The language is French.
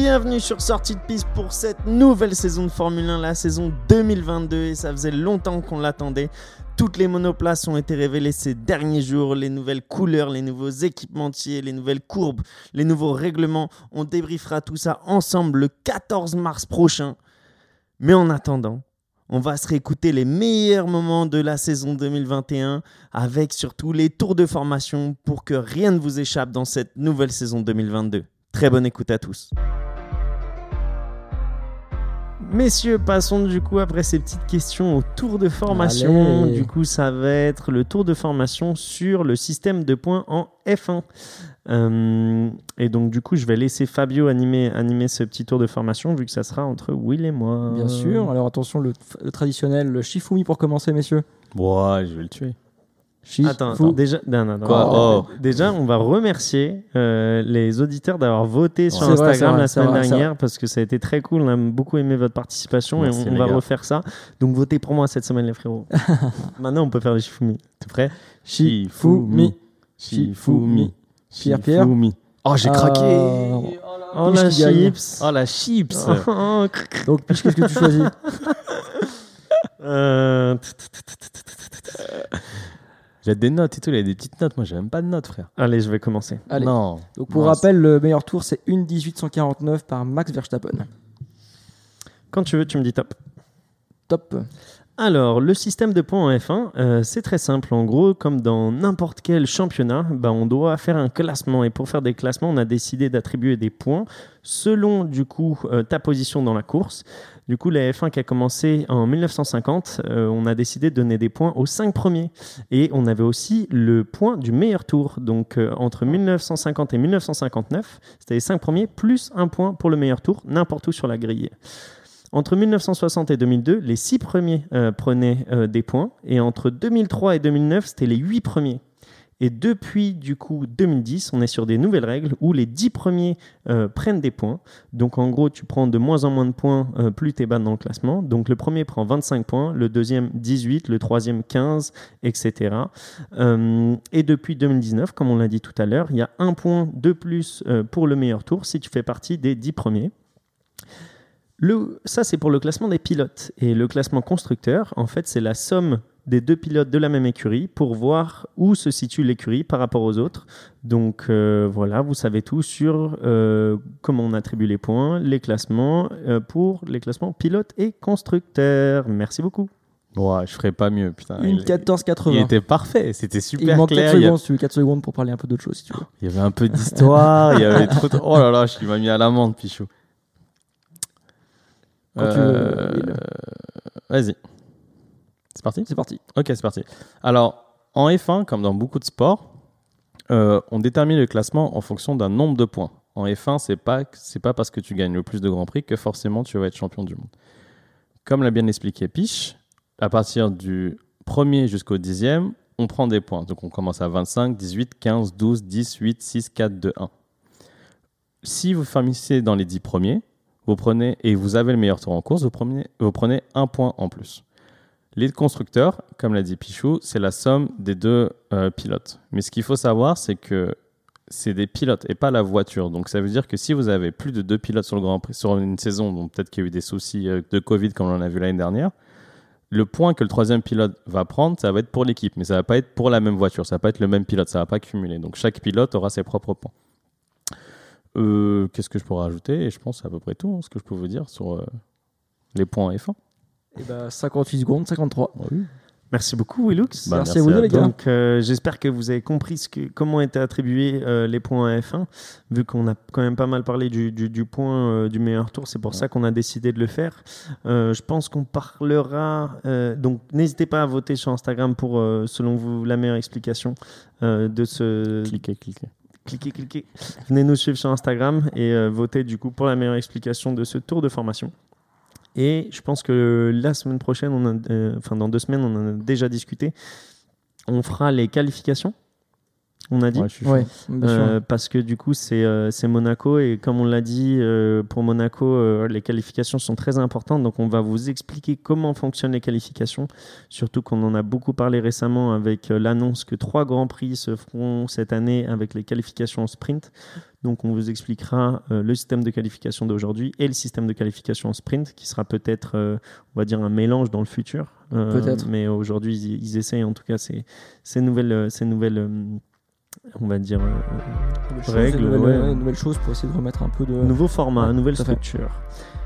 Bienvenue sur Sortie de Piste pour cette nouvelle saison de Formule 1, la saison 2022, et ça faisait longtemps qu'on l'attendait. Toutes les monoplaces ont été révélées ces derniers jours, les nouvelles couleurs, les nouveaux équipementiers, les nouvelles courbes, les nouveaux règlements. On débriefera tout ça ensemble le 14 mars prochain. Mais en attendant, on va se réécouter les meilleurs moments de la saison 2021 avec surtout les tours de formation pour que rien ne vous échappe dans cette nouvelle saison 2022. Très bonne écoute à tous. Messieurs, passons du coup après ces petites questions au tour de formation. Allez. Du coup, ça va être le tour de formation sur le système de points en F1. Et donc du coup, je vais laisser Fabio animer ce petit tour de formation vu que ça sera entre Will et moi. Bien sûr. Alors attention, le traditionnel, le Shifumi pour commencer, messieurs. Ouais, je vais le tuer. Attends, déjà, non. Quoi Déjà, on va remercier les auditeurs d'avoir voté sur C'est vrai, Instagram la c'est semaine vrai. dernière parce que ça a été très cool. On a beaucoup aimé votre participation. Merci, et on les va gars. refaire ça. Donc, votez pour moi cette semaine, les frérots. Maintenant, on peut faire les Shifumi. T'es prêt? Shifumi. Shifumi. Pierre. Shifumi. Oh, j'ai craqué. Oh, Piche la qui gagne. chips. Oh, la chips. Donc, Piche, qu'est-ce que tu choisis? J'ai des notes et tout, il y a des petites notes. Moi, j'ai même pas de notes, frère. Allez, je vais commencer. Allez. Non. Donc, pour Mince. rappel, le meilleur tour, c'est 1:18:149 par Max Verstappen. Quand tu veux, tu me dis top. Top. Alors, le système de points en F1, c'est très simple. En gros, comme dans n'importe quel championnat, on doit faire un classement. Et pour faire des classements, on a décidé d'attribuer des points selon, du coup, ta position dans la course. Du coup, la F1 qui a commencé en 1950, on a décidé de donner des points aux 5 premiers. Et on avait aussi le point du meilleur tour. Donc, entre 1950 et 1959, c'était les 5 premiers, plus un point pour le meilleur tour, n'importe où sur la grille. Entre 1960 et 2002, les 6 premiers prenaient des points. Et entre 2003 et 2009, c'était les 8 premiers. Et depuis, du coup, 2010, on est sur des nouvelles règles où les 10 premiers prennent des points. Donc, en gros, tu prends de moins en moins de points plus tu es bas dans le classement. Donc, le premier prend 25 points, le deuxième 18, le troisième 15, etc. Et depuis 2019, comme on l'a dit tout à l'heure, il y a un point de plus pour le meilleur tour si tu fais partie des 10 premiers. Ça, c'est pour le classement des pilotes. Et le classement constructeur, en fait, c'est la somme des 2 pilotes de la même écurie pour voir où se situe l'écurie par rapport aux autres. Donc voilà, vous savez tout sur comment on attribue les points, les classements pour les classements pilotes et constructeurs. Merci beaucoup. Ouais, je ferais pas mieux, putain. 1:14:80. Il était parfait, c'était Il super manque clair. 4 secondes, si tu veux, 4 secondes pour parler un peu d'autre chose, si tu veux. Il y avait un peu d'histoire, il y avait trop de... Oh là là, je m'as mis à l'amende, Pichou. Quand tu veux, Will. Vas-y. C'est parti ? C'est parti. Ok, c'est parti. Alors, en F1, comme dans beaucoup de sports, on détermine le classement en fonction d'un nombre de points. En F1, c'est pas parce que tu gagnes le plus de Grands Prix que forcément tu vas être champion du monde. Comme l'a bien expliqué Piche, à partir du 1er jusqu'au 10e, on prend des points. Donc on commence à 25, 18, 15, 12, 10, 8, 6, 4, 2, 1. Si vous finissez dans les 10 premiers, vous prenez, et vous avez le meilleur tour en course, vous prenez un point en plus. Les constructeurs, comme l'a dit Pichou, c'est la somme des 2 pilotes. Mais ce qu'il faut savoir, c'est que c'est des pilotes et pas la voiture. Donc ça veut dire que si vous avez plus de 2 pilotes sur le Grand Prix, sur une saison, donc peut-être qu'il y a eu des soucis de Covid comme on en a vu l'année dernière, le point que le 3e pilote va prendre, ça va être pour l'équipe, mais ça va pas être pour la même voiture, ça va pas être le même pilote, ça va pas cumuler. Donc chaque pilote aura ses propres points. Qu'est-ce que je pourrais rajouter ? Et je pense que c'est à peu près tout ce que je peux vous dire sur les points en F1. Et 58 secondes, 53. Oui. Merci beaucoup, Willux. Merci à vous deux, les gars. Donc, j'espère que vous avez compris comment étaient attribués les points à F1, vu qu'on a quand même pas mal parlé du point du meilleur tour. C'est pour ça qu'on a décidé de le faire. Je pense qu'on parlera... donc, n'hésitez pas à voter sur Instagram pour, selon vous, la meilleure explication de ce... Cliquez. Venez nous suivre sur Instagram et votez du coup pour la meilleure explication de ce tour de formation. Et je pense que la semaine prochaine, dans 2 semaines, on en a déjà discuté. On fera les qualifications. on a dit. Ouais, je suis chaud. Ouais, bien sûr. Parce que du coup, c'est Monaco. Et comme on l'a dit, pour Monaco, les qualifications sont très importantes. Donc, on va vous expliquer comment fonctionnent les qualifications. Surtout qu'on en a beaucoup parlé récemment avec l'annonce que 3 Grands Prix se feront cette année avec les qualifications en sprint. Donc, on vous expliquera le système de qualification d'aujourd'hui et le système de qualification en sprint, qui sera peut-être, on va dire, un mélange dans le futur. Peut-être. Mais aujourd'hui, ils essayent en tout cas ces nouvelles on va dire, règles. Une nouvelle chose pour essayer de remettre un peu de... Nouveau format, Ouais, nouvelle tout à fait. structure.